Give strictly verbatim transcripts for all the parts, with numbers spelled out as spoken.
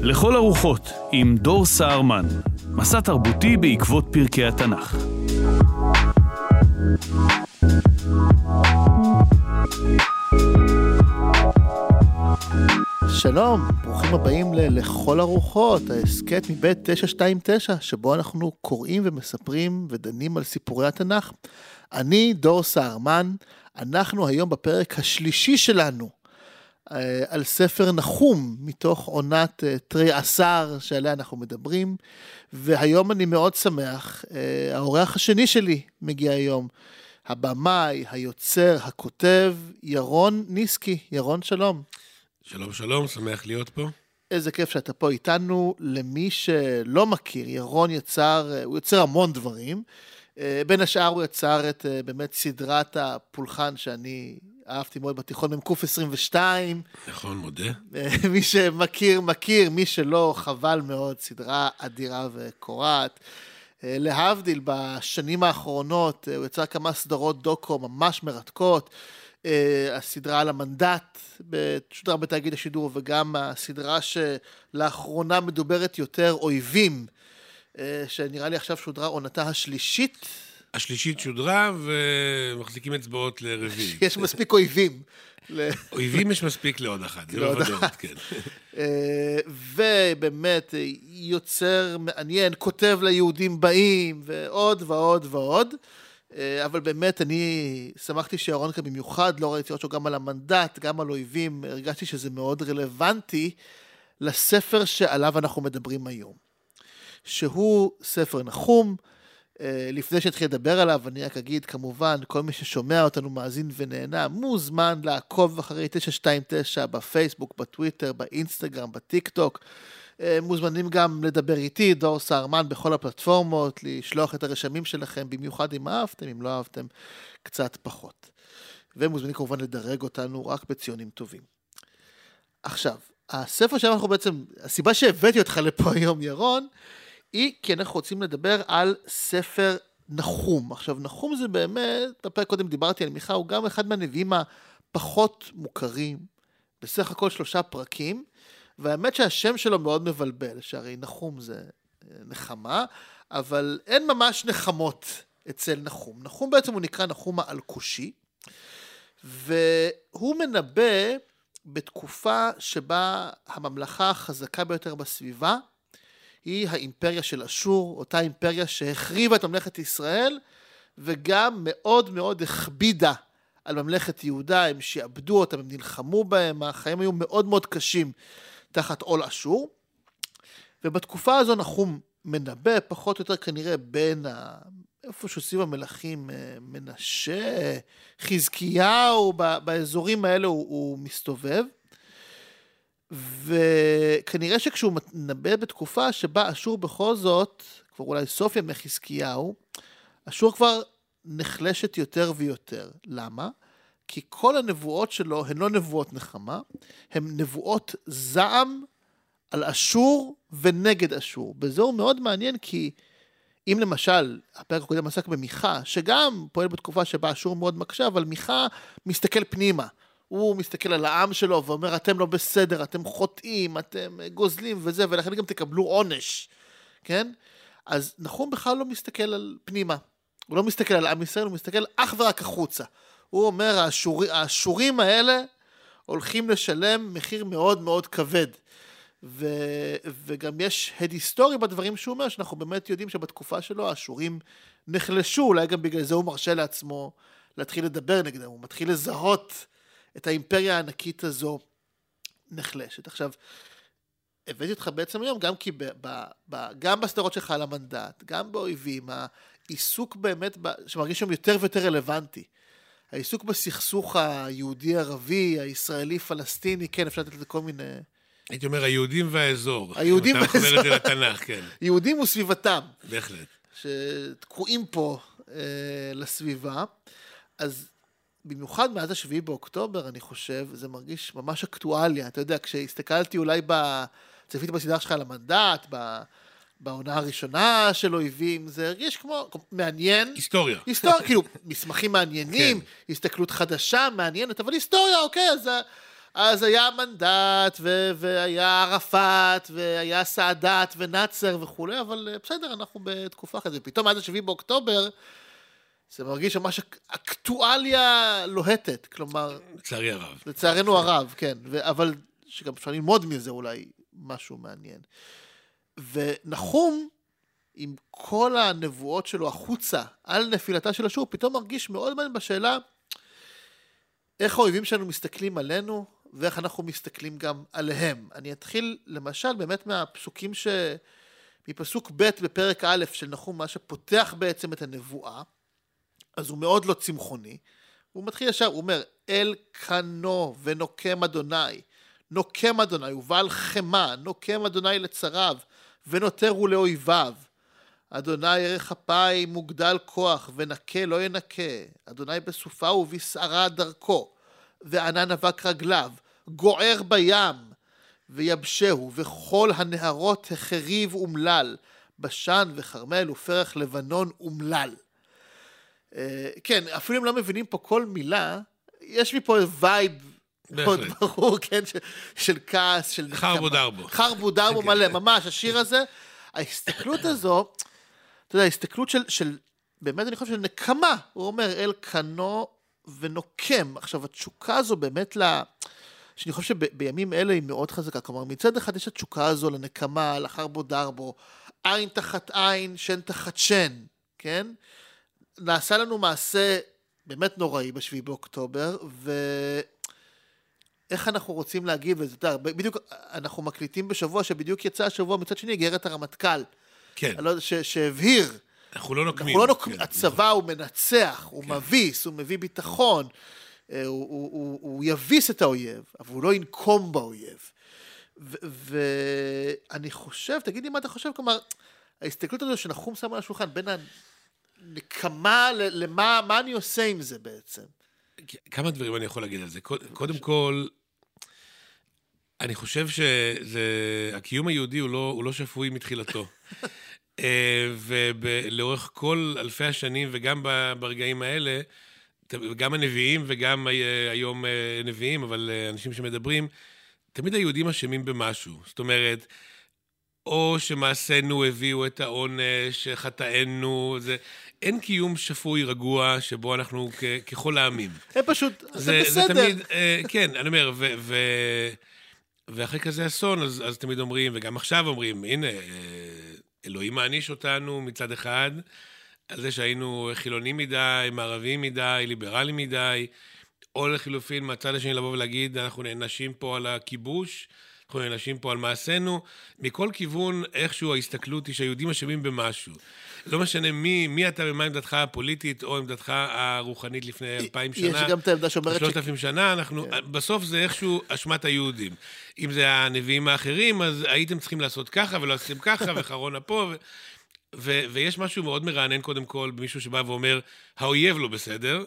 לכל הרוחות, עם דור סהרמן. מסע תרבותי בעקבות פרקי התנ"ך. שלום, ברוכים הבאים ל"לכל הרוחות", ההסכת מבית תשע שתיים תשע, שבו אנחנו קוראים ומספרים ודנים על סיפורי התנ"ך. אני דור סהרמן, אנחנו היום בפרק השלישי שלנו, על ספר נחום, מתוך עונת תרי עשר שעליה אנחנו מדברים, והיום אני מאוד שמח, האורח השני שלי מגיע היום, הבמאי, היוצר, הכותב, ירון ניסקי. ירון, שלום. שלום שלום, שמח להיות פה. איזה כיף שאתה פה איתנו. למי שלא מכיר, ירון יצר, הוא יוצר המון דברים, בין השאר הוא יצר את באמת סדרת הפולחן שאני אהבתי מאוד בתיכון ממקוף עשרים ושתיים. נכון, מודה. מי שמכיר, מכיר, מי שלא, חבל מאוד, סדרה אדירה וקורעת. להבדיל, בשנים האחרונות הוא יצר כמה סדרות דוקו ממש מרתקות, הסדרה על המנדט, שודרה בתאגיד השידור, וגם הסדרה שלאחרונה מדוברת יותר, אויבים, שנראה לי עכשיו שודרה עונתה השלישית. השלישית שודרה, ומחזיקים אצבעות לרביעי. יש מספיק אויבים. אויבים יש מספיק לעוד אחת, זה לא ודאות, כן. ובאמת יוצר מעניין, כותב ליהודים באים, ועוד ועוד ועוד. אבל באמת אני שמחתי שירון כאן במיוחד, לא ראיתי אותו גם על המנדט, גם על אויבים, הרגשתי שזה מאוד רלוונטי לספר שעליו אנחנו מדברים היום. שהוא ספר נחום. לפני שהתחיל לדבר עליו, אני רק אגיד, כמובן, כל מי ששומע אותנו מאזין ונהנה, מוזמן לעקוב אחרי תשע שתיים תשע בפייסבוק, בטוויטר, באינסטגרם, בטיק-טוק. מוזמנים גם לדבר איתי, דור סהרמן, בכל הפלטפורמות, לשלוח את הרשמים שלכם, במיוחד אם אהבתם, אם לא אהבתם, קצת פחות. ומוזמנים כמובן לדרג אותנו רק בציונים טובים. עכשיו, הספר שאנחנו בעצם, הסיבה שהבאתי אותך לפה היום, ירון, היא כי אנחנו רוצים לדבר על ספר נחום. עכשיו, נחום זה באמת, בפרק קודם דיברתי על מיכה, הוא גם אחד מהנביאים הפחות מוכרים, בסך הכל שלושה פרקים, והאמת שהשם שלו מאוד מבלבל, שהרי נחום זה נחמה, אבל אין ממש נחמות אצל נחום. נחום בעצם הוא נקרא נחום האלקושי, והוא מנבא בתקופה שבה הממלכה החזקה ביותר בסביבה, היא האימפריה של אשור, אותה אימפריה שהחריבה את ממלכת ישראל, וגם מאוד מאוד הכבידה על ממלכת יהודה, הם שעבדו אותם, הם נלחמו בהם, החיים היו מאוד מאוד קשים תחת עול אשור, ובתקופה הזו נחום מנבא, פחות או יותר כנראה בין ה... איפשהו סביב המלכים, מנשה, חזקיהו, באזורים האלה הוא, הוא מסתובב, וכנראה שכשהוא מנבא בתקופה שבה אשור בכל זאת, כבר אולי סוף ימי חזקיהו, אשור כבר נחלשת יותר ויותר. למה? כי כל הנבואות שלו הן לא נבואות נחמה, הן נבואות זעם על אשור ונגד אשור. בזה הוא מאוד מעניין, כי אם למשל, הפרק הקודם עסק במיכה, שגם פועל בתקופה שבה אשור מאוד מקשה, אבל מיכה מסתכל פנימה. הוא מסתכל על העם שלו ואומר, אתם לא בסדר, אתם חוטאים, אתם גוזלים וזה, ולכן גם תקבלו עונש. כן? אז נחום בכלל לא מסתכל על פנימה. הוא לא מסתכל על עם ישראל, הוא מסתכל אך ורק החוצה. הוא אומר, האשור, האשורים האלה הולכים לשלם מחיר מאוד מאוד כבד. ו, וגם יש הד היסטורי בדברים שהוא אומר, שאנחנו באמת יודעים שבתקופה שלו האשורים נחלשו, אולי גם בגלל זה הוא מרשה לעצמו להתחיל לדבר נגדם, הוא מתחיל לזהות את האימפריה הענקית הזו נחלשת. עכשיו, הבאתי אותך בעצם היום, גם כי ב, ב, ב, גם בסדרות שלך על המנדט, גם באויבים, העיסוק באמת, ב, שמרגיש שם יותר ויותר רלוונטי. העיסוק בסכסוך היהודי-ערבי, הישראלי-פלסטיני, כן, אפשר לתת לזה כל מיני... הייתי אומר, היהודים והאזור. היהודים והאזור. אתה מחבר את זה לתנ"ך, כן. יהודים וסביבתם. בהחלט. שתקועים פה אה, לסביבה. אז במיוחד מאז השביעי באוקטובר, אני חושב, זה מרגיש ממש אקטואליה. אתה יודע, כשהסתכלתי אולי צפיתי בסדרה שלך על המנדט, בעונה הראשונה של אויבים, זה הרגיש כמו מעניין. היסטוריה. היסטוריה, כאילו, מסמכים מעניינים, הסתכלות חדשה, מעניינת, אבל היסטוריה, אוקיי, אז אז היה מנדט, ו- והיה ערפאת, והיה סעדת, ונאצר וכו', אבל בסדר, אנחנו בתקופה כזה. פתאום עד השביעי באוקטובר, זה מרגיש ממש אקטואליה לוהטת, כלומר... לצערי הרב. לצערנו הרב, כן. ו- אבל שגם אפשר ללמוד מזה אולי משהו מעניין. ונחום, עם כל הנבואות שלו החוצה על נפילתה של אשור, פתאום מרגיש מאוד מעניין בשאלה, איך האויבים שלנו מסתכלים עלינו, ואיך אנחנו מסתכלים גם עליהם. אני אתחיל למשל באמת מהפסוקים ש... מפסוק ב' בפרק א' של נחום, מה שפותח בעצם את הנבואה, אז הוא מאוד לא צמחוני, הוא מתחיל ישר, הוא אומר, אל קנו ונוקם אדוני, נוקם אדוני, ובעל חמה, נוקם אדוני לצריו, ונותרו לאויביו. אדוני ערך אפיים מוגדל כוח, ונקה לא ינקה. אדוני בסופה ובשערה דרכו, וענן אבק רגליו, גוער בים, ויבשהו, וכל הנהרות החריב אומלל, בשן וחרמל ופרח לבנון אומלל. כן, אפילו אם לא מבינים פה כל מילה, יש לי פה וייב מאוד ברור, כן, של, של כעס, של נקמה. חרבו דרבו. חרבו דרבו מלא, ממש, השיר הזה, ההסתכלות הזו, אתה יודע, ההסתכלות של, של, באמת אני חושב של נקמה, הוא אומר, אל קנו ונוקם. עכשיו, התשוקה הזו באמת לה, שאני חושב שבימים אלה היא מאוד חזקה, כלומר, מצד אחד יש התשוקה הזו לנקמה, לחרבו דרבו, עין תחת עין, שן תחת שן, כן? נעשה לנו מעשה באמת נוראי בשביעי באוקטובר, ואיך אנחנו רוצים להגיב לזה? אתה יודע, בדיוק אנחנו מקליטים בשבוע שבדיוק יצא השבוע מצד שני, גרת הרמטכ"ל. כן. ש- שהבהיר. אנחנו לא נוקמים. אנחנו לא נוקמים. כן. הצבא הוא מנצח, הוא כן. מביס, הוא מביא ביטחון, הוא, הוא, הוא, הוא יביס את האויב, אבל הוא לא ינקום באויב. ואני חושב, תגיד לי מה אתה חושב, כלומר, ההסתכלות הזו שנחום שם על השולחן, בין הנקמה למה מה אני עושה עם זה בעצם? כמה דברים אני יכול להגיד על זה. קודם כל, אני חושב שהקיום היהודי הוא לא, הוא לא שפוי מתחילתו. ולאורך כל אלפי השנים, וגם ברגעים האלה, גם הנביאים וגם היום נביאים, אבל אנשים שמדברים, תמיד היהודים אשמים במשהו. זאת אומרת, או שמעשינו הביאו את העונש, חטאינו, זה... אין קיום שפוי רגוע שבו אנחנו כ- ככל העמים. זה פשוט, זה, זה בסדר. זה תמיד, אה, כן, אני אומר, ו, ו, ואחרי כזה אסון, אז, אז תמיד אומרים, וגם עכשיו אומרים, הנה, אה, אלוהים מעניש אותנו מצד אחד, על זה שהיינו חילונים מדי, מערבים מדי, ליברלים מדי, או לחילופין מהצד השני לבוא ולהגיד, אנחנו נענשים פה על הכיבוש, אנחנו נענשים פה על מעשינו, מכל כיוון איכשהו ההסתכלות היא שהיהודים אשמים במשהו. לא משנה מי, מי אתה ומה עמדתך הפוליטית או עמדתך הרוחנית לפני אלפיים שנה. יש גם את העמדה שאומרת... שלושת אלפים שנה, אנחנו, כן. בסוף זה איכשהו אשמת היהודים. אם זה הנביאים האחרים, אז הייתם צריכים לעשות ככה ולא עשיתם ככה, וחרונה פה, ו, ו, ויש משהו מאוד מרענן קודם כל, במישהו שבא ואומר, האויב לא בסדר,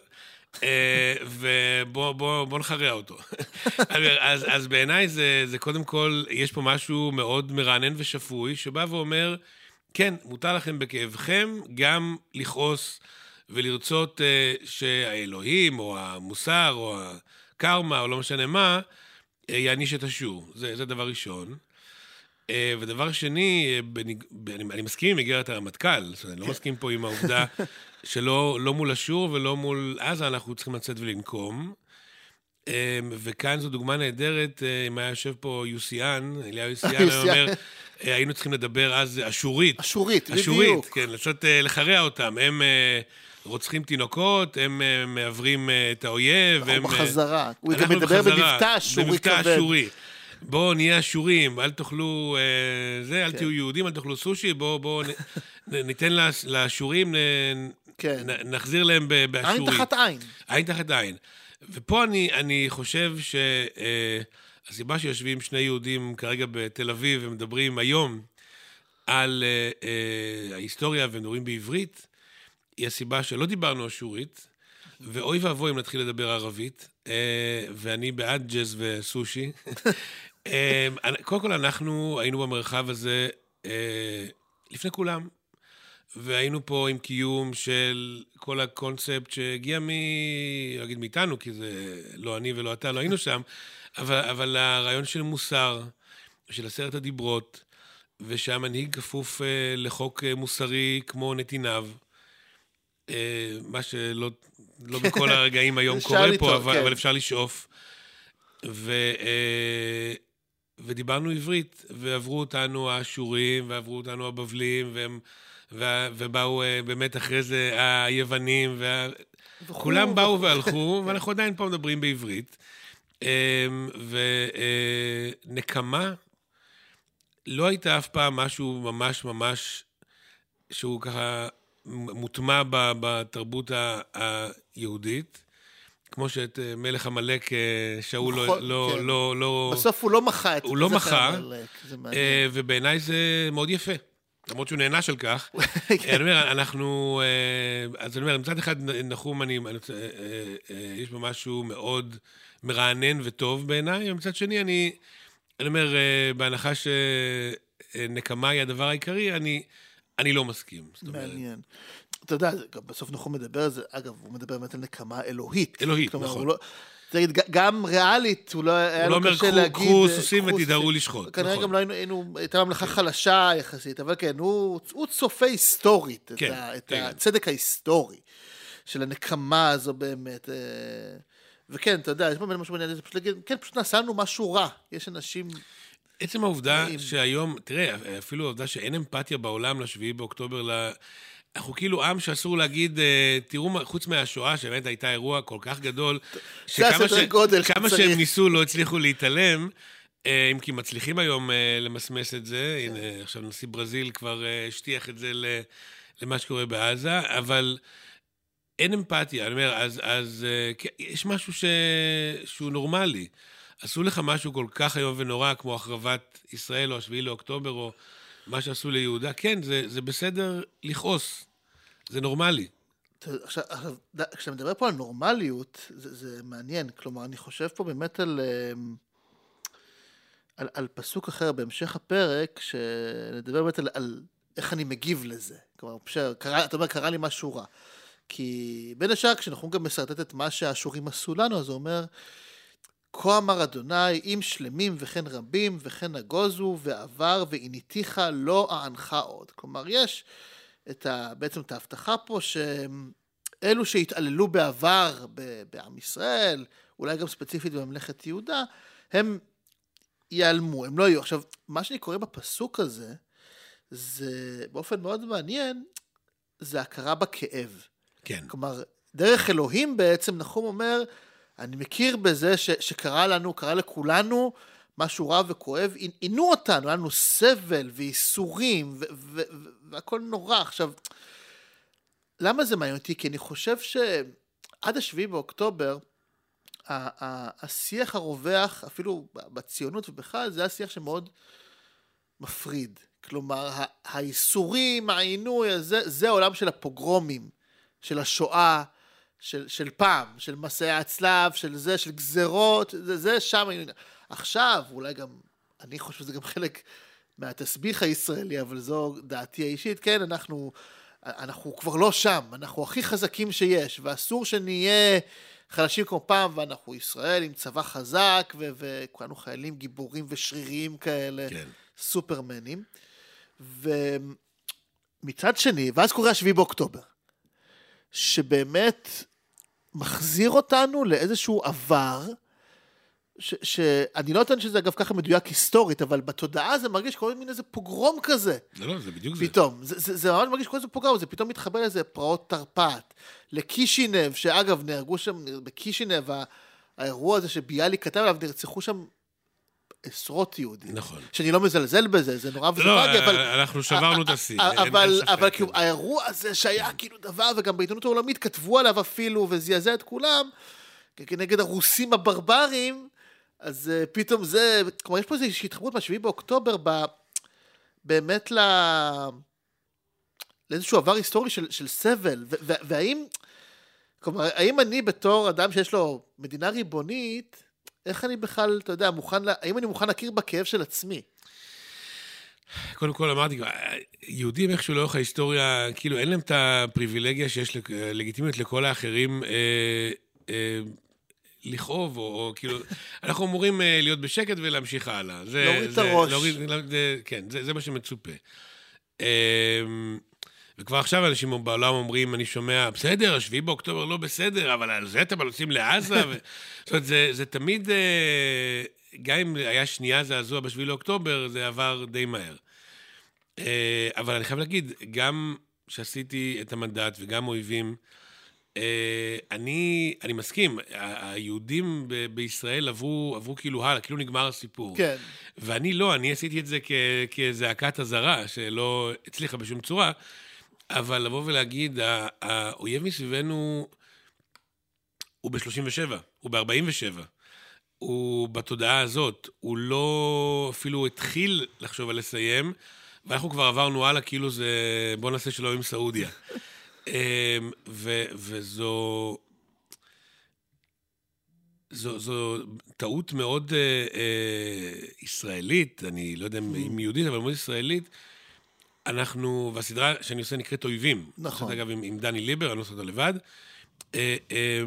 ובוא בוא, בוא נחרע אותו. אז, אז בעיניי זה, זה קודם כל, יש פה משהו מאוד מרענן ושפוי, שבא ואומר, כן, מותר לכם בכאבכם גם לכעוס ולרצות uh, שהאלוהים או המוסר או הקרמה או לא משנה מה, uh, יעניש את אשור. זה, זה דבר ראשון. Uh, ודבר שני, uh, בניג... אני, אני מסכים עם איגרת הרמטכ"ל, זאת אומרת, אני לא מסכים פה עם העובדה שלא לא מול אשור ולא מול עזה אנחנו צריכים לצאת ולנקום. Uh, וכאן זו דוגמה נהדרת, uh, אם היה יושב פה יוסיאן, אליהו יוסיאן, הוא אומר... היינו צריכים לדבר אז אשורית. אשורית, בדיוק. אשורית, כן, לנסות לחרע אותם. הם רוצחים תינוקות, הם מעברים את האויב. אנחנו בחזרה. הוא גם מדבר במבטא אשורי כבד. במבטא אשורי. בואו נהיה אשורים, אל תאכלו זה, אל תהיו יהודים, אל תאכלו סושי, בואו ניתן לאשורים, נחזיר להם באשורית. עין תחת עין. עין תחת עין. ופה אני חושב ש... הסיבה שיושבים שני יהודים כרגע בתל אביב ומדברים היום על uh, uh, ההיסטוריה ומדברים בעברית, היא הסיבה שלא דיברנו אשורית, ואוי ואבוי אם נתחיל לדבר ערבית, uh, ואני בעד ג'אז וסושי. uh, קודם כל אנחנו היינו במרחב הזה uh, לפני כולם, והיינו פה עם קיום של כל הקונספט שהגיע מ... אגיד מאיתנו, כי זה לא אני ולא אתה, לא היינו שם, אבל, אבל הרעיון של מוסר, של עשרת הדיברות, ושהמנהיג כפוף אה, לחוק אה, מוסרי כמו נתיניו, אה, מה שלא לא בכל הרגעים היום קורה לטוב, פה, אבל, כן. אבל אפשר לשאוף. ו... אה, ודיברנו עברית, ועברו אותנו האשורים, ועברו אותנו הבבלים, והם, ו, ובאו באמת אחרי זה היוונים, וה... כולם באו והלכו, ואנחנו עדיין פה מדברים בעברית. ונקמה לא הייתה אף פעם משהו ממש ממש, שהוא ככה מוטמע בתרבות היהודית, כמו שאת מלך המלך שאול לא, לא, כן. לא, לא... בסוף הוא לא מחה את הוא לא מחה, המלך, זה מעניין. ובעיניי זה מאוד יפה. למרות שהוא נענש על כך. אני אומר, אנחנו... אז אני אומר, מצד אחד נחום, אני, יש בו משהו מאוד מרענן וטוב בעיניי, ומצד שני, אני, אני אומר, בהנחה שנקמה היא הדבר העיקרי, אני, אני לא מסכים. מעניין. אתה יודע, בסוף נחום מדבר על זה, אגב, הוא מדבר באמת על נקמה אלוהית. אלוהית, כלומר, נכון. לא, תגיד, גם ריאלית, הוא לא היה לו קשה אומר, להגיד... קחו סוסים ותידהרו לשחוט. כנראה נכון. גם לא היינו, היינו, הייתה ממלכה חלשה יחסית, אבל כן, הוא, הוא צופה היסטורית, כן, את, ה, את כן. הצדק ההיסטורי של הנקמה הזו באמת. וכן, אתה יודע, יש פה משהו בעניין הזה, פשוט להגיד, כן, פשוט נעשה לנו משהו רע. יש אנשים... עצם העובדה רעים. שהיום, תראה, אפילו העובדה שאין אמפתיה בעולם לשביעי באוקטובר, ל... אנחנו כאילו עם שאסור להגיד, תראו, חוץ מהשואה, שבאמת הייתה אירוע כל כך גדול, שכמה ש... כמה שהם ניסו לא הצליחו להתעלם, אם כי מצליחים היום למסמס את זה, הנה, עכשיו נשיא ברזיל כבר השטיח את זה למה שקורה בעזה, אבל אין אמפתיה, אני אומר, אז, אז יש משהו ש... שהוא נורמלי. עשו לך משהו כל כך היום ונורא, כמו החרבת ישראל או השביעי לאוקטובר, או מה שעשו ליהודה, כן, זה, זה בסדר לכעוס. זה נורמלי. עכשיו, כשאתה מדבר פה על נורמליות, זה, זה מעניין. כלומר, אני חושב פה באמת על, על, על פסוק אחר בהמשך הפרק, שנדבר באמת על, על איך אני מגיב לזה. כלומר, פשר, קרא, אתה אומר, קרא לי משהו רע. כי בין השאר, כשאנחנו גם מסרטט את מה שהאשורים עשו לנו, אז הוא אומר, כה אמר אדוני, אם שלמים וכן רבים וכן נגוזו ועבר ועיניתיך לא אענך עוד. כלומר, יש את ה, בעצם את ההבטחה פה שאלו שהתעללו בעבר בעם ישראל, אולי גם ספציפית בממלכת יהודה, הם ייעלמו, הם לא יהיו. עכשיו, מה שאני קורא בפסוק הזה, זה באופן מאוד מעניין, זה הכרה בכאב. כן. כלומר, דרך אלוהים בעצם נחום אומר, אני מכיר בזה ש, שקרה לנו, קרה לכולנו, משהו רע וכואב, עינו אותנו, היה לנו סבל וייסורים, ו- ו- ו- והכל נורא. עכשיו, למה זה מעניין אותי? כי אני חושב שעד השביעי באוקטובר, ה- ה- השיח הרווח, אפילו בציונות ובכלל, זה השיח שמאוד מפריד. כלומר, ה- הייסורים, העינוי הזה, זה העולם של הפוגרומים, של השואה, של, של פעם, של מסעי הצלב, של זה, של גזרות, זה, זה שם. עכשיו, אולי גם, אני חושב שזה גם חלק מהתסביך הישראלי, אבל זו דעתי האישית, כן, אנחנו, אנחנו כבר לא שם, אנחנו הכי חזקים שיש, ואסור שנהיה חלשים כמו פעם, ואנחנו ישראל עם צבא חזק, ו- וכולנו חיילים גיבורים ושריריים כאלה, כן. סופרמנים. ומצד שני, ואז קורה השביעי באוקטובר, שבאמת מחזיר אותנו לאיזשהו עבר, ש- שאני לא יודעת שזה אגב ככה מדויק היסטורית, אבל בתודעה זה מרגיש כל מין איזה פוגרום כזה. לא, לא, זה בדיוק פתאום, זה. זה, זה, זה ממש מרגיש כל איזה פוגרום, זה פתאום מתחבר לאיזה פרעות תרפ"ט, לקישינב, שאגב נהרגו שם, בקישינב, האירוע הזה שביאליק כתב עליו, נרצחו שם עשרות יהודים. נכון. שאני לא מזלזל בזה, זה נורא וזה לא, טרגי, אבל... אנחנו שברנו את השיא. אבל, אבל כאילו, האירוע הזה שהיה כאילו דבר, וגם בעיתונות העולמית כתבו עליו אפילו, וזעזע את כולם, כנגד הרוסים הברברים, אז uh, פתאום זה, כלומר, יש פה איזושהי התחברות מהשביעי באוקטובר, ב, באמת ל, לאיזשהו עבר היסטורי של, של סבל, ו, ו, והאם, כלומר, האם אני בתור אדם שיש לו מדינה ריבונית, איך אני בכלל, אתה יודע, מוכן, לה, האם אני מוכן להכיר בכאב של עצמי? קודם כל אמרתי, יהודים איכשהו לאורך ההיסטוריה, כאילו אין להם את הפריבילגיה שיש לגיטימיות לכל האחרים אה, אה, לכאוב, או, או כאילו, אנחנו אמורים אה, להיות בשקט ולהמשיך הלאה. זה, להוריד זה, את הראש. להוריד, זה, כן, זה, זה מה שמצופה. אה, וכבר עכשיו אנשים בעולם אומרים, אני שומע, בסדר, השביעי באוקטובר לא בסדר, אבל על זה אתם יוצאים לעזה. ו... זאת אומרת, זה, זה תמיד, אה, גם אם היה שנייה זעזוע בשביעי לאוקטובר, זה עבר די מהר. אה, אבל אני חייב להגיד, גם שעשיתי את המנדט וגם אויבים, אה, אני, אני מסכים, היהודים ב- בישראל עברו, עברו כאילו הלאה, כאילו נגמר הסיפור. כן. ואני לא, אני עשיתי את זה כ- כזעקת הזרה, שלא הצליחה בשום צורה, אבל לבוא ולהגיד, ה- האויב מסביבנו הוא ב-שלושים ושבע, הוא ב-ארבעים ושבע, הוא בתודעה הזאת, הוא לא אפילו התחיל לחשוב על לסיים, ואנחנו כבר עברנו הלאה, כאילו זה, בוא נעשה שלום עם סעודיה. ו- וזו זו, זו טעות מאוד אה, אה, ישראלית, אני לא יודע אם יהודית, אבל מאוד ישראלית. אנחנו, והסדרה שאני עושה נקראת אויבים. נכון. אגב, עם, עם דני ליבר, אני עושה אותה לבד. אה, אה,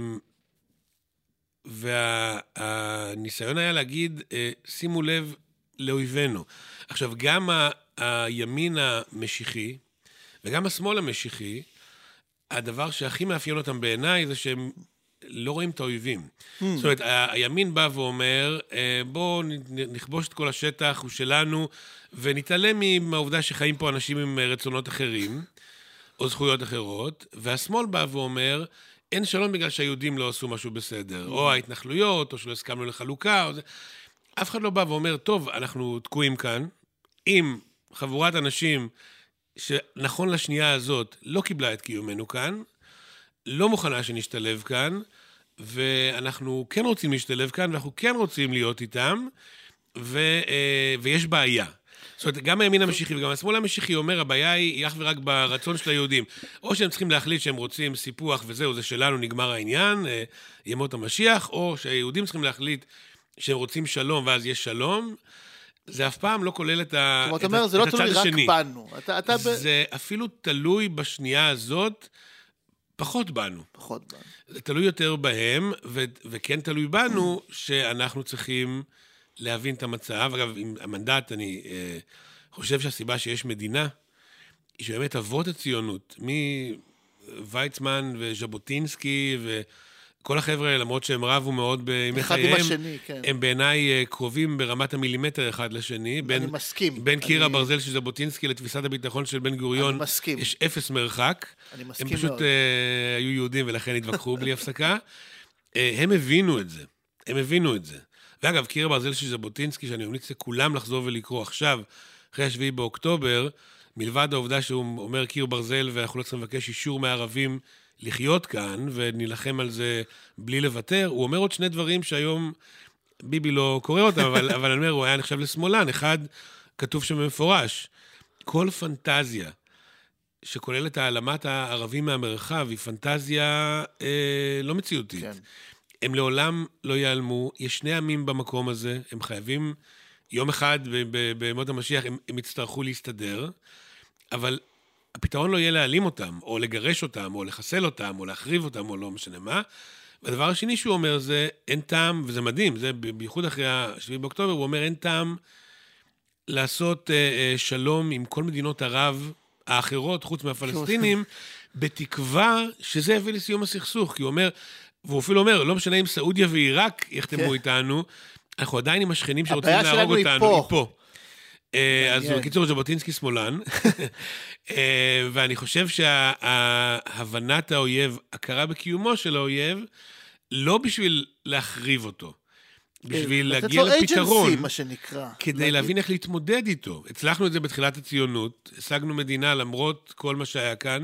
והניסיון היה להגיד, אה, שימו לב לאויבינו. עכשיו, גם ה, הימין המשיחי, וגם השמאל המשיחי, הדבר שהכי מאפיין אותם בעיניי, זה שהם לא רואים את האויבים. Mm. זאת אומרת, הימין בא ואומר, בואו נכבוש את כל השטח, הוא שלנו, ונתעלם מהעובדה שחיים פה אנשים עם רצונות אחרים, או זכויות אחרות, והשמאל בא ואומר, אין שלום בגלל שהיהודים לא עשו משהו בסדר, mm. או ההתנחלויות, או שלא הסכמנו לחלוקה, או זה. אף אחד לא בא ואומר, טוב, אנחנו תקועים כאן, עם חבורת אנשים שנכון לשנייה הזאת לא קיבלה את קיומנו כאן, לא מוכנה שנשתלב כאן, ואנחנו כן רוצים להשתלב כאן, ואנחנו כן רוצים להיות איתם, ו, ויש בעיה. זאת אומרת, גם הימין המשיחי וגם השמאל המשיחי אומר, הבעיה היא אך ורק ברצון של היהודים. או שהם צריכים להחליט שהם רוצים סיפוח וזהו, זה שלנו, נגמר העניין, ימות המשיח, או שהיהודים צריכים להחליט שהם רוצים שלום ואז יש שלום. זה אף פעם לא כולל את, ה... זאת אומרת, זה לא תלוי רק בנו. אתה, אתה זה ב... אפילו תלוי בשנייה הזאת, פחות בנו. פחות בנו. זה תלוי יותר בהם, ו... וכן תלוי בנו, שאנחנו צריכים להבין את המצב. אגב, עם המנדט, אני אה, חושב שהסיבה שיש מדינה, היא שבאמת אבות הציונות, מוויצמן וז'בוטינסקי ו... כל החבר'ה, למרות שהם רבו מאוד בימי חייהם, אחד עם השני, כן. הם בעיניי קרובים ברמת המילימטר אחד לשני. בין, אני מסכים. בין קיר אני... הברזל של ז'בוטינסקי לתפיסת הביטחון של בן גוריון, אני מסכים. יש אפס מרחק. אני מסכים הם פשוט מאוד. uh, היו יהודים ולכן התווכחו בלי הפסקה. uh, הם הבינו את זה. הם הבינו את זה. ואגב, קיר הברזל של ז'בוטינסקי, שאני ממליץ לכולם לחזור ולקרוא עכשיו, אחרי השביעי באוקטובר, מלבד העובדה שהוא אומר קיר ברזל ואנחנו לא צריכים לבקש אישור מהערבים לחיות כאן, ונלחם על זה בלי לוותר. הוא אומר עוד שני דברים שהיום ביבי לא קורא אותם, אבל, אבל אני אומר, הוא היה נחשב לשמאלן. אחד, כתוב שם במפורש, כל פנטזיה שכוללת העלמת הערבים מהמרחב, היא פנטזיה אה, לא מציאותית. כן. הם לעולם לא ייעלמו, יש שני עמים במקום הזה, הם חייבים, יום אחד בימות המשיח, הם, הם יצטרכו להסתדר, אבל הפתרון לא יהיה להעלים אותם, או לגרש אותם, או לחסל אותם, או להחריב אותם, או לא משנה מה. והדבר השני שהוא אומר זה, אין טעם, וזה מדהים, זה בייחוד אחרי השביעי באוקטובר, הוא אומר, אין טעם לעשות אה, אה, שלום עם כל מדינות ערב האחרות, חוץ מהפלסטינים, בתקווה שזה יביא לסיום הסכסוך. כי הוא אומר, והוא אפילו אומר, לא משנה אם סעודיה ועיראק יחתמו איתנו, אנחנו עדיין עם השכנים שרוצים להרוג אותנו, היא פה. אז בקיצור, ז'בוטינסקי שמאלן, ואני חושב שהבנת האויב, הכרה בקיומו של האויב, לא בשביל להחריב אותו, בשביל להגיע לפתרון, כדי להבין איך להתמודד איתו. הצלחנו את זה בתחילת הציונות, השגנו מדינה למרות כל מה שהיה כאן,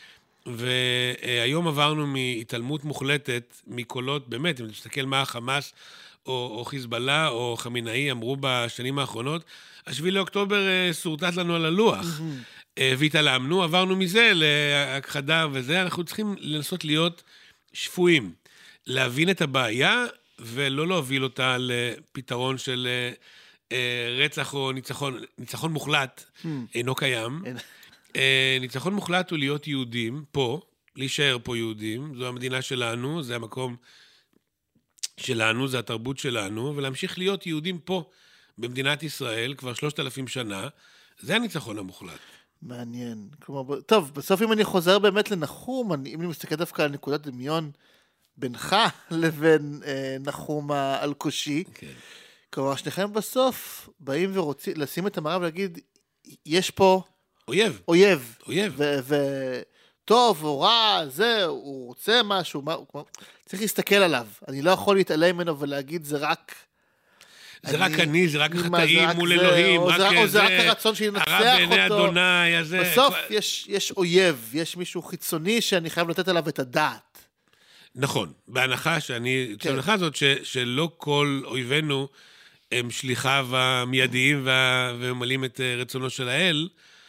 והיום עברנו מהתעלמות מוחלטת מקולות, באמת, אם תסתכל מה החמאס, או, או חיזבאללה, או חמינאי, אמרו בשנים האחרונות, השביעי לאוקטובר סורטט לנו על הלוח, והתעלמנו, עברנו מזה להכחדה וזה, אנחנו צריכים לנסות להיות שפויים, להבין את הבעיה, ולא להוביל אותה לפתרון של רצח או ניצחון, ניצחון מוחלט אינו קיים. ניצחון מוחלט הוא להיות יהודים פה, להישאר פה יהודים, זו המדינה שלנו, זה המקום שלנו, זה התרבות שלנו, ולהמשיך להיות יהודים פה במדינת ישראל כבר שלושת אלפים שנה, זה הניצחון המוחלט. מעניין. כלומר, טוב, בסוף אם אני חוזר באמת לנחום, אני, אם אני מסתכל דווקא על נקודת דמיון בינך לבין אה, נחום האלקושי, כן. כלומר, שניכם בסוף באים ורוצים לשים את המראה ולהגיד, יש פה אויב. אויב. אויב. ו... ו- טוב או רע, זה, הוא רוצה משהו, מה, הוא, צריך להסתכל עליו. אני לא יכול להתעלם ממנו ולהגיד, זה רק... זה רק אני, זה רק החטאים מול אלוהים, או זה רק הרצון שינצח אותו. הרב בעיני אדוני, אז זה... בסוף יש אויב, יש מישהו חיצוני שאני חייב לתת עליו את הדעת. נכון, בהנחה שאני, בהנחה הזאת שלא כל אויבינו הם שליחיו המיידיים וממלאים את רצונו של האל,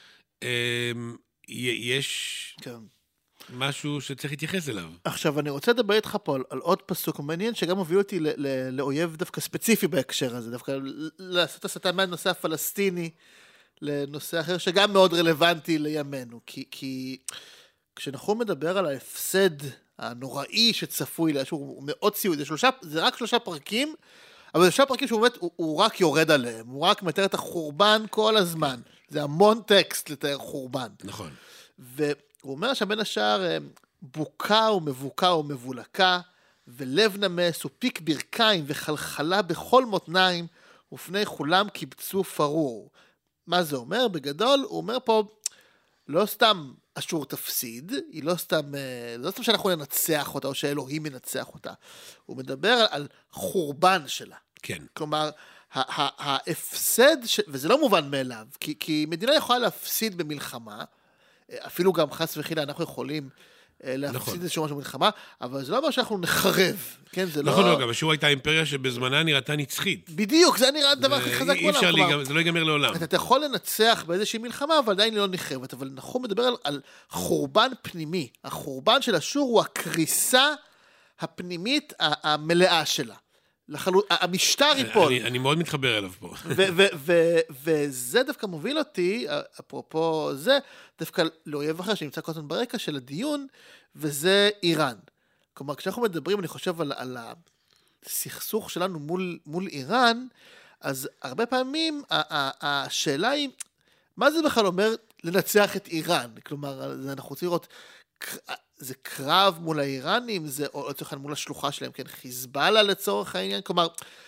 יש משהו שצריך להתייחס אליו. עכשיו, אני רוצה לדבר איתך פה על, על עוד פסוק מעניין, שגם הוביל אותי ל, ל, לאויב דווקא ספציפי בהקשר הזה, דווקא לעשות הסתה מהנושא הפלסטיני לנושא אחר, שגם מאוד רלוונטי לימינו, כי, כי כשנחום מדבר על ההפסד הנוראי שצפוי, שהוא מאוד ציוד, זה, שלושה, זה רק שלושה פרקים, אבל זה שלושה פרקים שהוא באמת, הוא, הוא רק יורד עליהם, הוא רק מתאר את החורבן כל הזמן, זה המון טקסט לתאר חורבן. נכון. והוא אומר שבין השאר, בוקה ומבוקה ומבולקה, ולב נמס ופיק ברכיים וחלחלה בכל מותניים, ופני כולם קיבצו פרור. מה זה אומר? בגדול, הוא אומר פה, לא סתם אשור תפסיד, היא לא סתם, לא סתם שאנחנו ננצח אותה, או שאלוהים ינצח אותה. הוא מדבר על, על חורבן שלה. כן. כלומר, ההפסד, וזה לא מובן מאליו, כי, כי מדינה יכולה להפסיד במלחמה, אפילו גם חס וחילה אנחנו יכולים להפסיד איזשהו משהו במלחמה, אבל זה לא אומר שאנחנו נחרב, כן? זה נכון, לא... לא, גם אשור הייתה אימפריה שבזמנה נראתה נצחית. בדיוק, זה נראה דבר הכי חזק בעולם. זה לא ייגמר לעולם. אתה יכול לנצח באיזושהי מלחמה, אבל עדיין לא נחרבת, אבל נחום מדבר על, על חורבן פנימי. החורבן של אשור הוא הקריסה הפנימית המלאה שלה. לחלוט... המשטר ייפול. אני, אני מאוד מתחבר אליו פה. ו- ו- ו- וזה דווקא מוביל אותי, אפרופו זה, דווקא לאויב אחר שנמצא כל הזמן ברקע של הדיון, וזה איראן. כלומר, כשאנחנו מדברים, אני חושב על, על הסכסוך שלנו מול, מול איראן, אז הרבה פעמים ה- ה- השאלה היא, מה זה בכלל אומר לנצח את איראן? כלומר, אנחנו רוצים לראות... זה קרב מול האיראנים, זה או לצורך מול השלוחה שלהם, כן, חיזבאללה לצורך העניין, כלומר,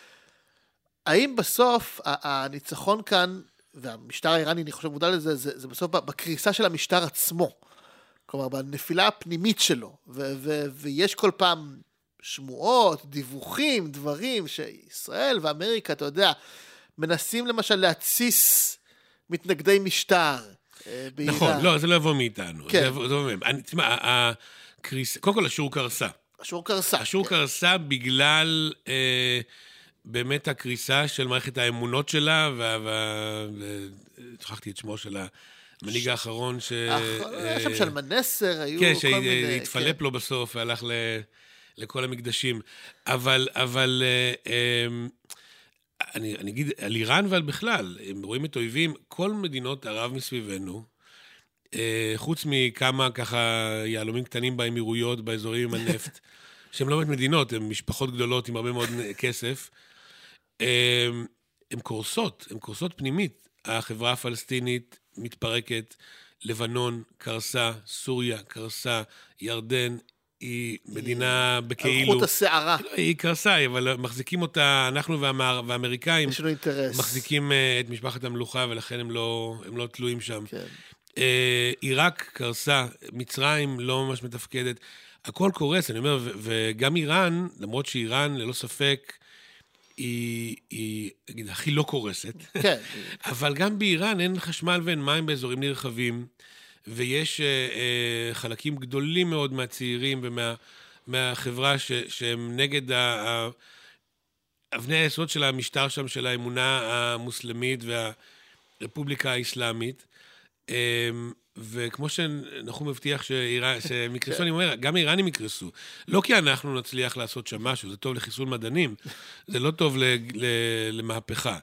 האם בסוף הניצחון כאן, והמשטר האיראני, אני חושב מודע לזה, זה, זה בסוף בקריסה של המשטר עצמו, כלומר, בנפילה הפנימית שלו, ו- ו- ויש כל פעם שמועות, דיווחים, דברים, שישראל ואמריקה, אתה יודע, מנסים למשל להציס מתנגדי משטר, נכון, לא, זה לא יבוא מאיתנו. זה יבוא מאיתנו. תשמע, הקריסה, קודם כל אשור קרסה. אשור קרסה. אשור קרסה בגלל באמת הקריסה של מערכת האמונות שלה, ושכחתי את שמו של המנהיג האחרון ש... היה שם של מנסר, היו כל מיני... כן, שהתפלפ לו בסוף והלך לכל המקדשים. אבל... אני, אני אגיד, על איראן ועל בכלל, הם רואים את אויבים, כל מדינות ערב מסביבנו, אה, חוץ מכמה ככה יעלומים קטנים באמירויות, באזורים עם הנפט, שהם לא באמת מדינות, הם משפחות גדולות עם הרבה מאוד כסף, אה, הם קורסות, הם קורסות פנימית. החברה הפלסטינית מתפרקת, לבנון קרסה, סוריה קרסה, ירדן, היא מדינה בכאילו... על חוט השערה. היא קרסה, אבל מחזיקים אותה, אנחנו והאמריקאים, יש לנו אינטרס. מחזיקים את משפחת המלוכה, ולכן הם לא, הם לא תלויים שם. כן. עיראק קרסה, מצרים לא ממש מתפקדת, הכל קורס, אני אומר, וגם איראן, למרות שאיראן, ללא ספק, היא, היא אגיד, הכי לא קורסת. כן. אבל גם באיראן אין חשמל ואין מים באזורים נרחבים, ויש אה, חלקים גדולים מאוד מהצעירים ומה, מהחברה ש, שהם נגד ה, אבני היסוד של המשטר שם, של האמונה המוסלמית והרפובליקה האסלאמית. אה, וכמו שאנחנו מבטיח שהם יקרסו, אני אומר, גם האיראנים יקרסו. לא כי אנחנו נצליח לעשות שם משהו, זה טוב לחיסול מדענים, זה לא טוב למהפכה.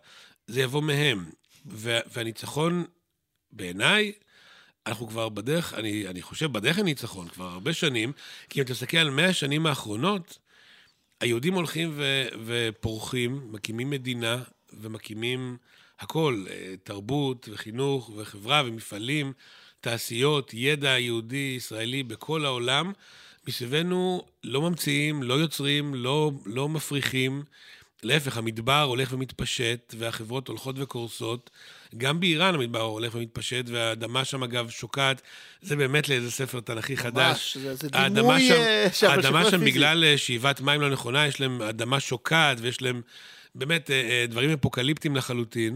זה יבוא מהם. והניצחון, בעיניי, אנחנו כבר בדרך, אני, אני חושב בדרך הניצחון, כבר הרבה שנים, כי אם תסתכל על מאה השנים האחרונות, היהודים הולכים ו, ופורחים, מקימים מדינה ומקימים הכל, תרבות וחינוך וחברה ומפעלים, תעשיות, ידע יהודי, ישראלי בכל העולם. מסביבנו לא ממציאים, לא יוצרים, לא, לא מפריחים. להפך, המדבר הולך ומתפשט, והחברות הולכות וקורסות. גם באיראן המדבר הולך ומתפשט, והאדמה שם אגב שוקעת. זה באמת לאיזה ספר תנכי חדש. ממש, זה, זה דימוי שם. האדמה שם בגלל שאיבת מים לא נכונה, יש להם אדמה שוקעת, ויש להם באמת דברים אפוקליפטיים לחלוטין.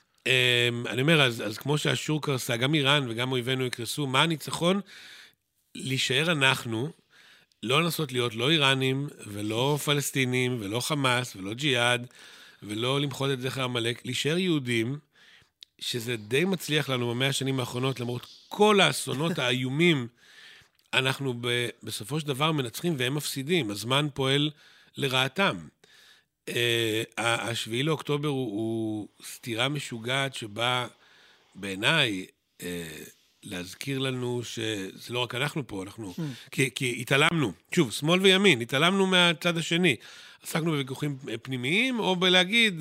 אני אומר, אז, אז כמו שהשור קרסה, גם איראן וגם אויבינו יקרסו, מה הניצחון? להישאר אנחנו, לא לנסות להיות לא איראנים, ולא פלסטינים, ולא חמאס, ולא ג'יהאד, ולא למחות את זכר עמלק, להישאר יהודים, שזה די מצליח לנו במאה השנים האחרונות, למרות כל האסונות האיומים, אנחנו ב, בסופו של דבר מנצחים והם מפסידים, הזמן פועל לרעתם. Uh, השביעי לאוקטובר הוא, הוא סתירה משוגעת שבה בעיניי uh, להזכיר לנו שזה לא רק אנחנו פה, אנחנו, hmm. כי, כי התעלמנו, שוב, שמאל וימין, התעלמנו מהצד השני, עסקנו בוויכוחים פנימיים, או בלהגיד, uh,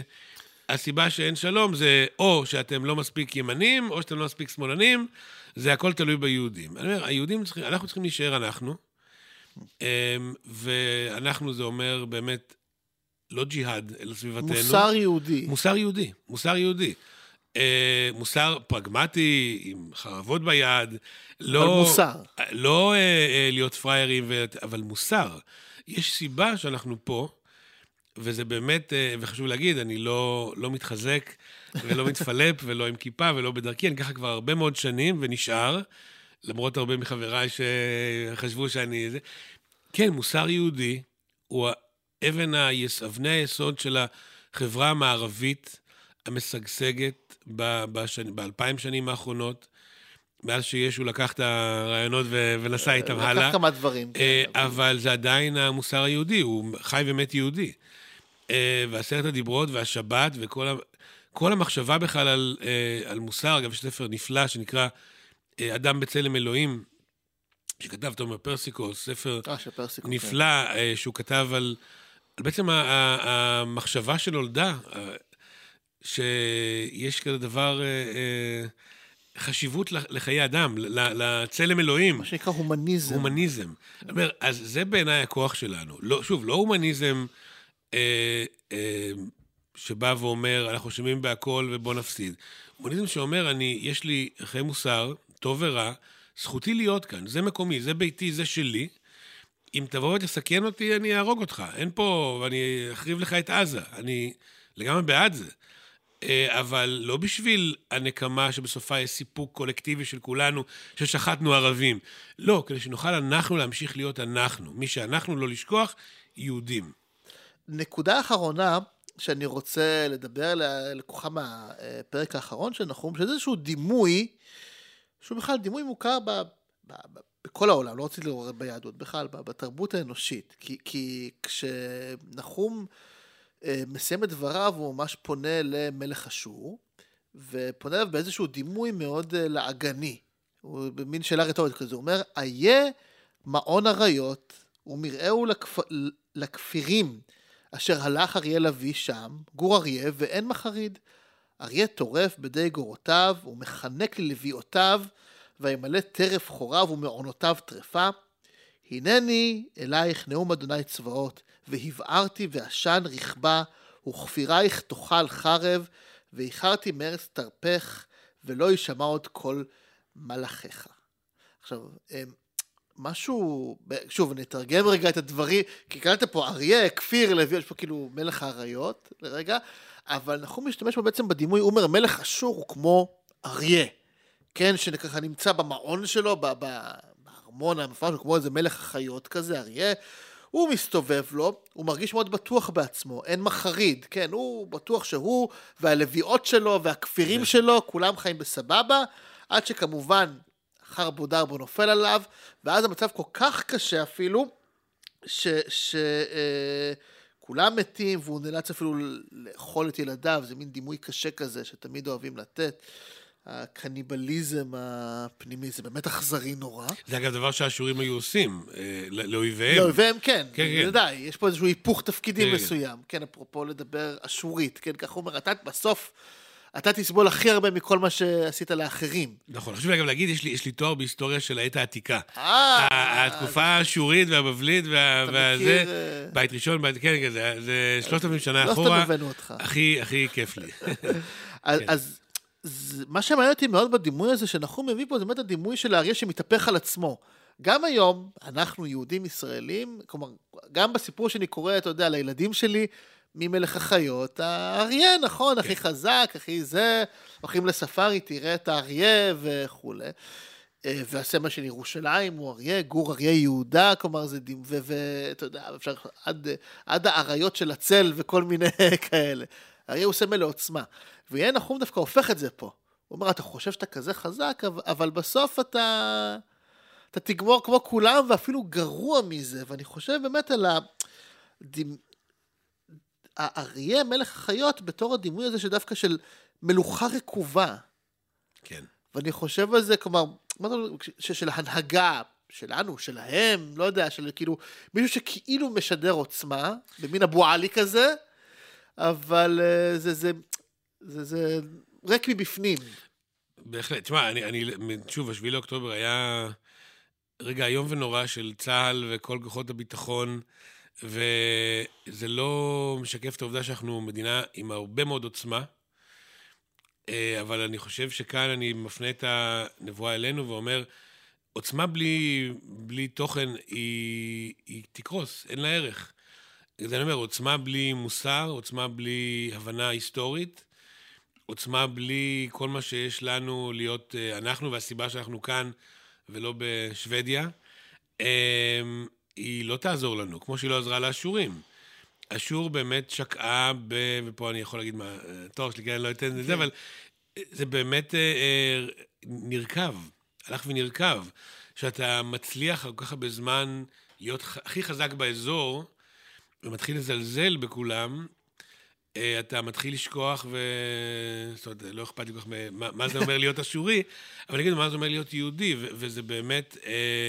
הסיבה שאין שלום זה או שאתם לא מספיק ימנים, או שאתם לא מספיק שמאלנים, זה הכל תלוי ביהודים. אני אומר, היהודים צריכים, אנחנו צריכים להישאר אנחנו, um, ואנחנו זה אומר באמת, לא ג'יהאד, אלא סביבתנו. מוסר יהודי. מוסר יהודי, מוסר יהודי. אה, מוסר פרגמטי, עם חרבות ביד. לא, אבל מוסר. לא אה, אה, להיות פריירים, ו... אבל מוסר. יש סיבה שאנחנו פה, וזה באמת, אה, וחשוב להגיד, אני לא, לא מתחזק, ולא מתפלפ, ולא עם כיפה, ולא בדרכי, אני ככה כבר הרבה מאוד שנים, ונשאר, למרות הרבה מחבריי שחשבו שאני... זה. כן, מוסר יהודי, הוא... אבן היס, אבני היסוד של החברה המערבית המשגשגת באלפיים שנים האחרונות, מאז שישו לקח את הרעיונות ונסע איתם הלאה. לקח כמה דברים. אבל זה עדיין המוסר היהודי, הוא חי ומת יהודי. ועשרת הדיברות והשבת וכל המחשבה בכלל על, על מוסר, אגב, יש ספר נפלא שנקרא אדם בצלם אלוהים, שכתב תומר פרסיקו, ספר פרסיקו, נפלא, כן. שהוא כתב על... בעצם המחשבה שנולדה, שיש כזה דבר, חשיבות לחיי אדם, לצלם אלוהים. מה שנקרא הומניזם. הומניזם. אז זה בעיניי הכוח שלנו. שוב, לא הומניזם שבא ואומר, אנחנו שומעים בהכל ובוא נפסיד. הומניזם שאומר, יש לי חיי מוסר, טוב ורע, זכותי להיות כאן, זה מקומי, זה ביתי, זה שלי. אם תבוא ותסכן אותי, אני אהרוג אותך. אין פה, ואני אחריב לך את עזה. אני לגמרי בעד זה. אבל לא בשביל הנקמה שבסופה יש סיפוק קולקטיבי של כולנו, ששחטנו ערבים. לא, כדי שנוכל אנחנו להמשיך להיות אנחנו. מי שאנחנו לא לשכוח, יהודים. נקודה אחרונה שאני רוצה לדבר עליה, לקוחה מהפרק האחרון של נחום, שזה איזשהו דימוי, שהוא בכלל דימוי מוכר ב... ב... בכל העולם, לא רציתי לראות ביהדות, בכלל, בתרבות האנושית, כי, כי כשנחום אה, מסיים את דבריו, הוא ממש פונה למלך אשור, ופונה אליו באיזשהו דימוי מאוד אה, לעגני, הוא במין שאלה רטורית כזו, הוא אומר, איה מעון אריות, ומראהו לכפ... לכפירים, אשר הלך אריה לביא שם, גור אריה, ואין מחריד. אריה טורף בדי גורותיו, ומחנק ללוויותיו, וימלא טרף חוריו ומעונותיו טרפה. הנני אלייך נאום אדוני צבאות, והבערתי ועשן רכבה, וכפירייך תאכל חרב, ואיחרתי מארץ תרפך, ולא יישמע עוד כל מלאכיך. עכשיו, משהו, שוב, נתרגם רגע את הדברים, כי קראתם פה אריה, כפיר, לוי, יש פה כאילו מלך האריות, לרגע, אבל אנחנו משתמש פה בעצם בדימוי, הוא אומר, מלך אשור הוא כמו אריה, כן, שככה נמצא במעון שלו, בארמון המפרש, הוא כמו איזה מלך החיות כזה, אריה, הוא מסתובב לו, הוא מרגיש מאוד בטוח בעצמו, אין מחריד, כן, הוא בטוח שהוא והלוויות שלו והכפירים שלו, כולם חיים בסבבה, עד שכמובן אחר בודר בו נופל עליו, ואז המצב כל כך קשה אפילו, שכולם כולם מתים, והוא נאלץ אפילו לאכול את ילדיו, זה מין דימוי קשה כזה, שתמיד אוהבים לתת. הקניבליזם הפנימי, זה באמת אכזרי נורא. זה אגב דבר שהאשורים היו עושים, לאויביהם. לאויביהם, כן. כן, כן. לדעי, יש פה איזשהו היפוך תפקידים מסוים. כן, אפרופו לדבר אשורית, כן, כך הוא אומר, אתה בסוף, אתה תסבול הכי הרבה מכל מה שעשית לאחרים. נכון, חשוב אגב להגיד, יש לי תואר בהיסטוריה של העת העתיקה. התקופה האשורית והבבלית והזה, בית ראשון, בית, כן, כן, זה שלושת אלפים שנה אחורה. לא סתם הבאנו אותך. הכי כיף לי. אז מה שמעניין אותי מאוד בדימוי הזה שנחום מביא פה, זה באמת הדימוי של האריה שמתהפך על עצמו. גם היום, אנחנו יהודים ישראלים, כלומר, גם בסיפור שאני קורא, אתה יודע, לילדים שלי, ממלך החיות, האריה, נכון, הכי חזק, הכי זה, הולכים לספארי, תראה את האריה וכו'. והסמל של ירושלים הוא אריה, גור אריה יהודה, כלומר, זה דימוי, ואתה יודע, אפשר עד האריות של הצל וכל מיני כאלה. האריה הוא סמל לעוצמה. ויהיה נחום דווקא הופך את זה פה. הוא אומר, אתה חושב שאתה כזה חזק, אבל בסוף אתה, אתה תגמור כמו כולם, ואפילו גרוע מזה. ואני חושב באמת על הדימ... האריה, מלך החיות, בתור הדימוי הזה שדווקא של מלוכה רקובה. כן. ואני חושב על זה, כלומר, של הנהגה שלנו, שלהם, לא יודע, של כאילו, מישהו שכאילו משדר עוצמה, במין אבו-עלי כזה, אבל זה, זה, זה, זה רק מבפנים. בהחלט. תשמע, אני, אני, שוב, השביעי לאוקטובר היה רגע איום ונורא של צה"ל וכל כוחות הביטחון, וזה לא משקף את העובדה שאנחנו מדינה עם הרבה מאוד עוצמה, אבל אני חושב שכאן אני מפנה את הנבואה אלינו ואומר, עוצמה בלי, בלי תוכן היא, היא תקרוס, אין לה ערך. אז אני אומר, עוצמה בלי מוסר, עוצמה בלי הבנה היסטורית, עוצמה בלי כל מה שיש לנו להיות אנחנו, והסיבה שאנחנו כאן ולא בשוודיה, היא לא תעזור לנו, כמו שהיא לא עזרה לאשורים. אשור באמת שקעה, ב... ופה אני יכול להגיד מה, תואר שלי, אני לא אתן את זה, אבל זה באמת נרכב, הלך ונרכב, שאתה מצליח כל כך הרבה זמן להיות הכי חזק באזור, ומתחיל לזלזל בכולם, אתה מתחיל לשכוח, ו... זאת אומרת, לא אכפת לי כל כך מה, מה זה אומר להיות אשורי, אבל אני אגיד מה זה אומר להיות יהודי, ו... וזה באמת,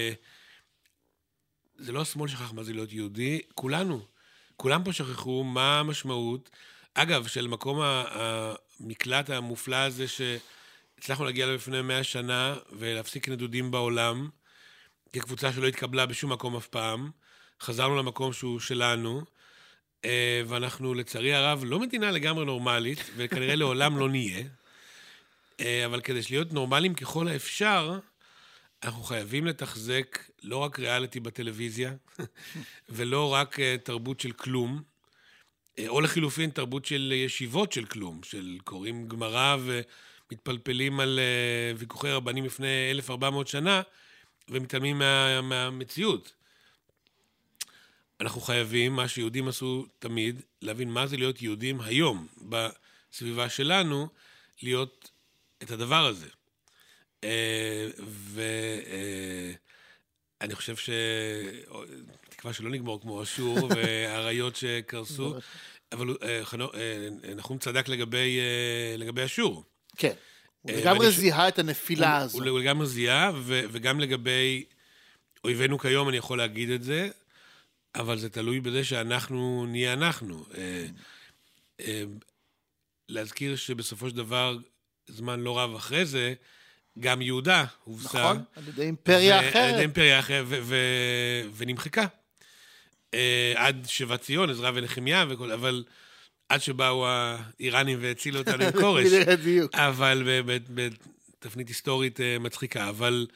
זה לא השמאל שכח מה זה להיות יהודי, כולנו, כולם פה שכחו מה המשמעות, אגב, של מקום המקלט המופלא הזה, שהצלחנו להגיע אליו לפני מאה שנה, ולהפסיק נדודים בעולם, כקבוצה שלא התקבלה בשום מקום אף פעם, חזרנו למקום שהוא שלנו, ואנחנו לצערי הרב לא מדינה לגמרי נורמלית, וכנראה לעולם לא נהיה, אבל כדי להיות נורמליים ככל האפשר, אנחנו חייבים לתחזק לא רק ריאליטי בטלוויזיה, ולא רק תרבות של כלום, או לחילופין תרבות של ישיבות של כלום, של קוראים גמרא ומתפלפלים על ויכוחי רבנים לפני אלף וארבע מאות שנה, ומתעלמים מה, מהמציאות. אנחנו חייבים, מה שיהודים עשו תמיד, להבין מה זה להיות יהודים היום, בסביבה שלנו, להיות את הדבר הזה. ואני חושב ש... תקווה שלא נגמור כמו אשור, והאריות שקרסו, אבל נחום צדק לגבי, לגבי אשור. כן, הוא לגמרי זיהה את הנפילה הזו. הוא לגמרי זיהה, וגם לגבי אויבינו כיום אני יכול להגיד את זה, אבל זה תלוי בזה שאנחנו נהיה אנחנו. להזכיר שבסופו של דבר, זמן לא רב אחרי זה, גם יהודה הובסה. נכון, על ידי אימפריה אחרת. על ידי אימפריה אחרת, ונמחקה. עד שבע ציון, עזרא ונחמיה, אבל עד שבאו האיראנים והצילו אותנו עם קורש. אבל בתפנית היסטורית מצחיקה. אבל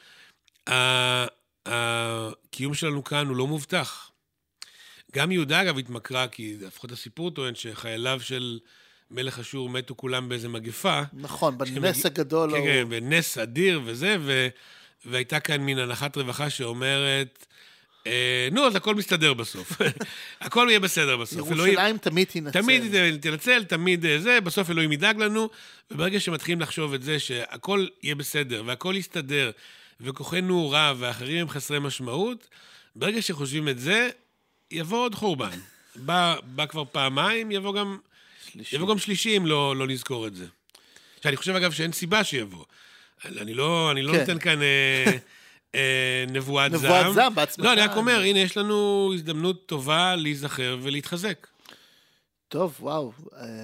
הקיום שלנו כאן הוא לא מובטח. גם יהודה, אגב, התמכרה, כי לפחות הסיפור טוען שחייליו של מלך אשור מתו כולם באיזה מגפה. נכון, בנס הגדול. כן, כן, בנס אדיר וזה, והייתה כאן מין הנחת רווחה שאומרת, נו, אז הכל מסתדר בסוף. הכל יהיה בסדר בסוף. ירושלים תמיד תנצל. תמיד תנצל, תמיד זה, בסוף אלוהים ידאג לנו, וברגע שמתחילים לחשוב את זה, שהכל יהיה בסדר, והכל יסתדר, וכוחנו רע, ואחרים הם חסרי משמעות, ברגע שחושבים את זה, יבוא עוד חורבן. בא, בא כבר פעמיים, יבוא גם, שלישי. יבוא גם שלישי אם לא, לא נזכור את זה. שאני חושב, אגב, שאין סיבה שיבוא. אני לא, אני לא כן. נותן כאן אה, אה, נבואת זעם. נבואת זעם בעצמך. לא, אני רק אומר, הנה, יש לנו הזדמנות טובה להיזכר ולהתחזק. טוב, וואו.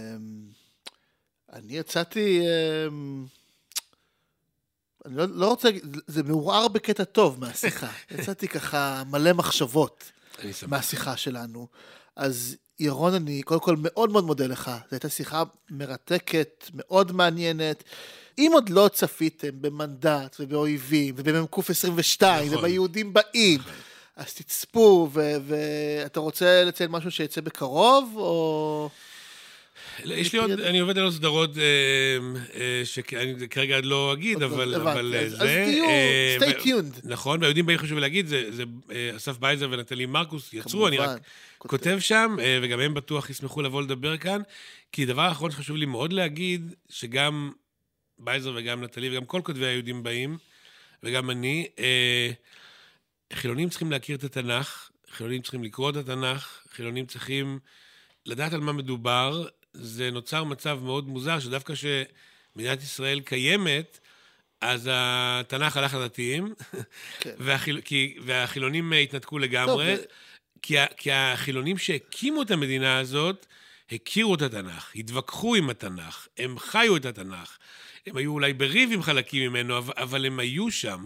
אני יצאתי... אני לא, לא רוצה... זה מעורער בקטע טוב מהשיחה. יצאתי ככה מלא מחשבות מהשיחה שלנו. אז ירון, אני קודם כל מאוד מאוד מודה לך. זו הייתה שיחה מרתקת, מאוד מעניינת. אם עוד לא צפיתם במנדט ובאויבים ובמקוף עשרים ושתיים נכון. וביהודים באים, נכון. אז תצפו, ואתה רוצה לציין משהו שיצא בקרוב, או... יש לי עוד, אני עובד על סדרות שאני כרגע עוד לא אגיד, אבל זה... אז תהיו, stay tuned. נכון, והיהודים באים חשוב להגיד, זה אסף בייזר ונטלי מרקוס יצרו, אני רק כותב שם, וגם הם בטוח ישמחו לבוא לדבר כאן, כי דבר האחרון שחשוב לי מאוד להגיד, שגם בייזר וגם נטלי וגם כל כותבי היהודים באים, וגם אני, חילונים צריכים להכיר את התנ"ך, חילונים צריכים לקרוא את התנ"ך, חילונים צריכים לדעת על מה מדובר. זה נוצר מצב מאוד מוזר, שדווקא שמדינת ישראל קיימת, אז התנ"ך הלך לדתיים, כן. והחיל... כי... והחילונים התנתקו לגמרי, טוב, כי, כי החילונים שהקימו את המדינה הזאת, הכירו את התנ"ך, התווכחו עם התנ"ך, הם חיו את התנ"ך, הם היו אולי בריב עם חלקים ממנו, אבל הם היו שם,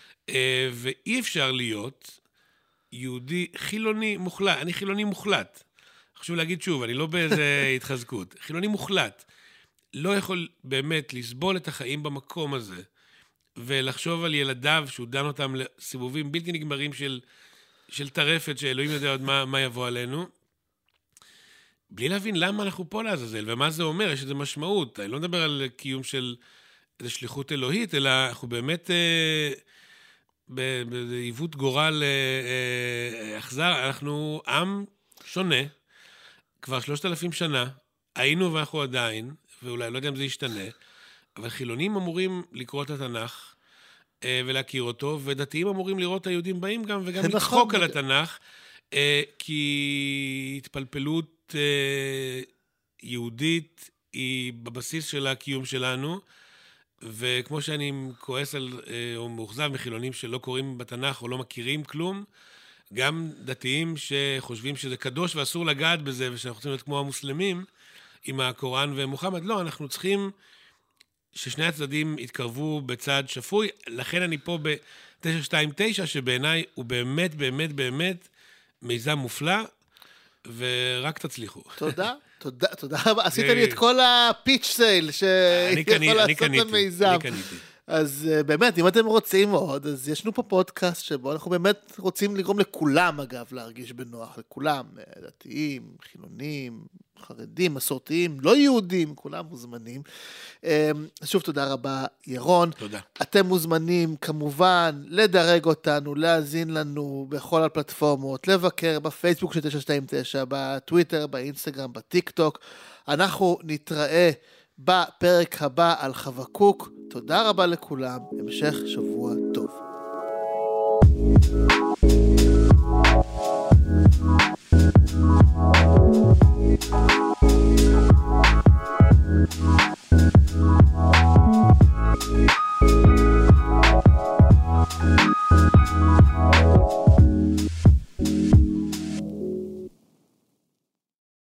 ואי אפשר להיות יהודי חילוני מוחלט, אני חילוני מוחלט, חשוב להגיד שוב, אני לא באיזה התחזקות, חילוני מוחלט, לא יכול באמת לסבול את החיים במקום הזה, ולחשוב על ילדיו שהוא דן אותם לסיבובים בלתי נגמרים של, של טרפת, שאלוהים יודע עוד מה, מה יבוא עלינו, בלי להבין למה אנחנו פה לעזאזל, ומה זה אומר, יש איזו משמעות, אני לא מדבר על קיום של איזו שליחות אלוהית, אלא אנחנו באמת אה, בעיוות גורל אה, אה, אכזר, אנחנו עם שונה, כבר שלושת אלפים שנה, היינו ואנחנו עדיין, ואולי לא יודע אם זה ישתנה, אבל חילונים אמורים לקרוא את התנ"ך אה, ולהכיר אותו, ודתיים אמורים לראות את היהודים באים גם, וגם לצחוק על התנ"ך, אה, כי התפלפלות אה, יהודית היא בבסיס של הקיום שלנו, וכמו שאני כועס על, אה, או מאוכזב מחילונים שלא קוראים בתנ"ך או לא מכירים כלום, גם דתיים שחושבים שזה קדוש ואסור לגעת בזה, ושאנחנו צריכים להיות כמו המוסלמים, עם הקוראן ומוחמד. לא, אנחנו צריכים ששני הצדדים יתקרבו בצד שפוי, לכן אני פה ב-תשע שתיים תשע, שבעיניי הוא באמת, באמת, באמת מיזם מופלא, ורק תצליחו. תודה, תודה, תודה רבה. עשית לי את כל הפיץ' סייל שיכול לעשות למיזם. אני קניתי. אז באמת, אם אתם רוצים עוד, אז ישנו פה פודקאסט שבו אנחנו באמת רוצים לגרום לכולם, אגב, להרגיש בנוח, לכולם, דתיים, חילונים, חרדים, מסורתיים, לא יהודים, כולם מוזמנים. שוב, תודה רבה, ירון. תודה. אתם מוזמנים, כמובן, לדרג אותנו, להאזין לנו בכל הפלטפורמות, לבקר בפייסבוק של תשע שתיים תשע, בטוויטר, באינסטגרם, בטיק טוק. אנחנו נתראה בפרק הבא על חבקוק. תודה רבה לכולם, המשך שבוע טוב.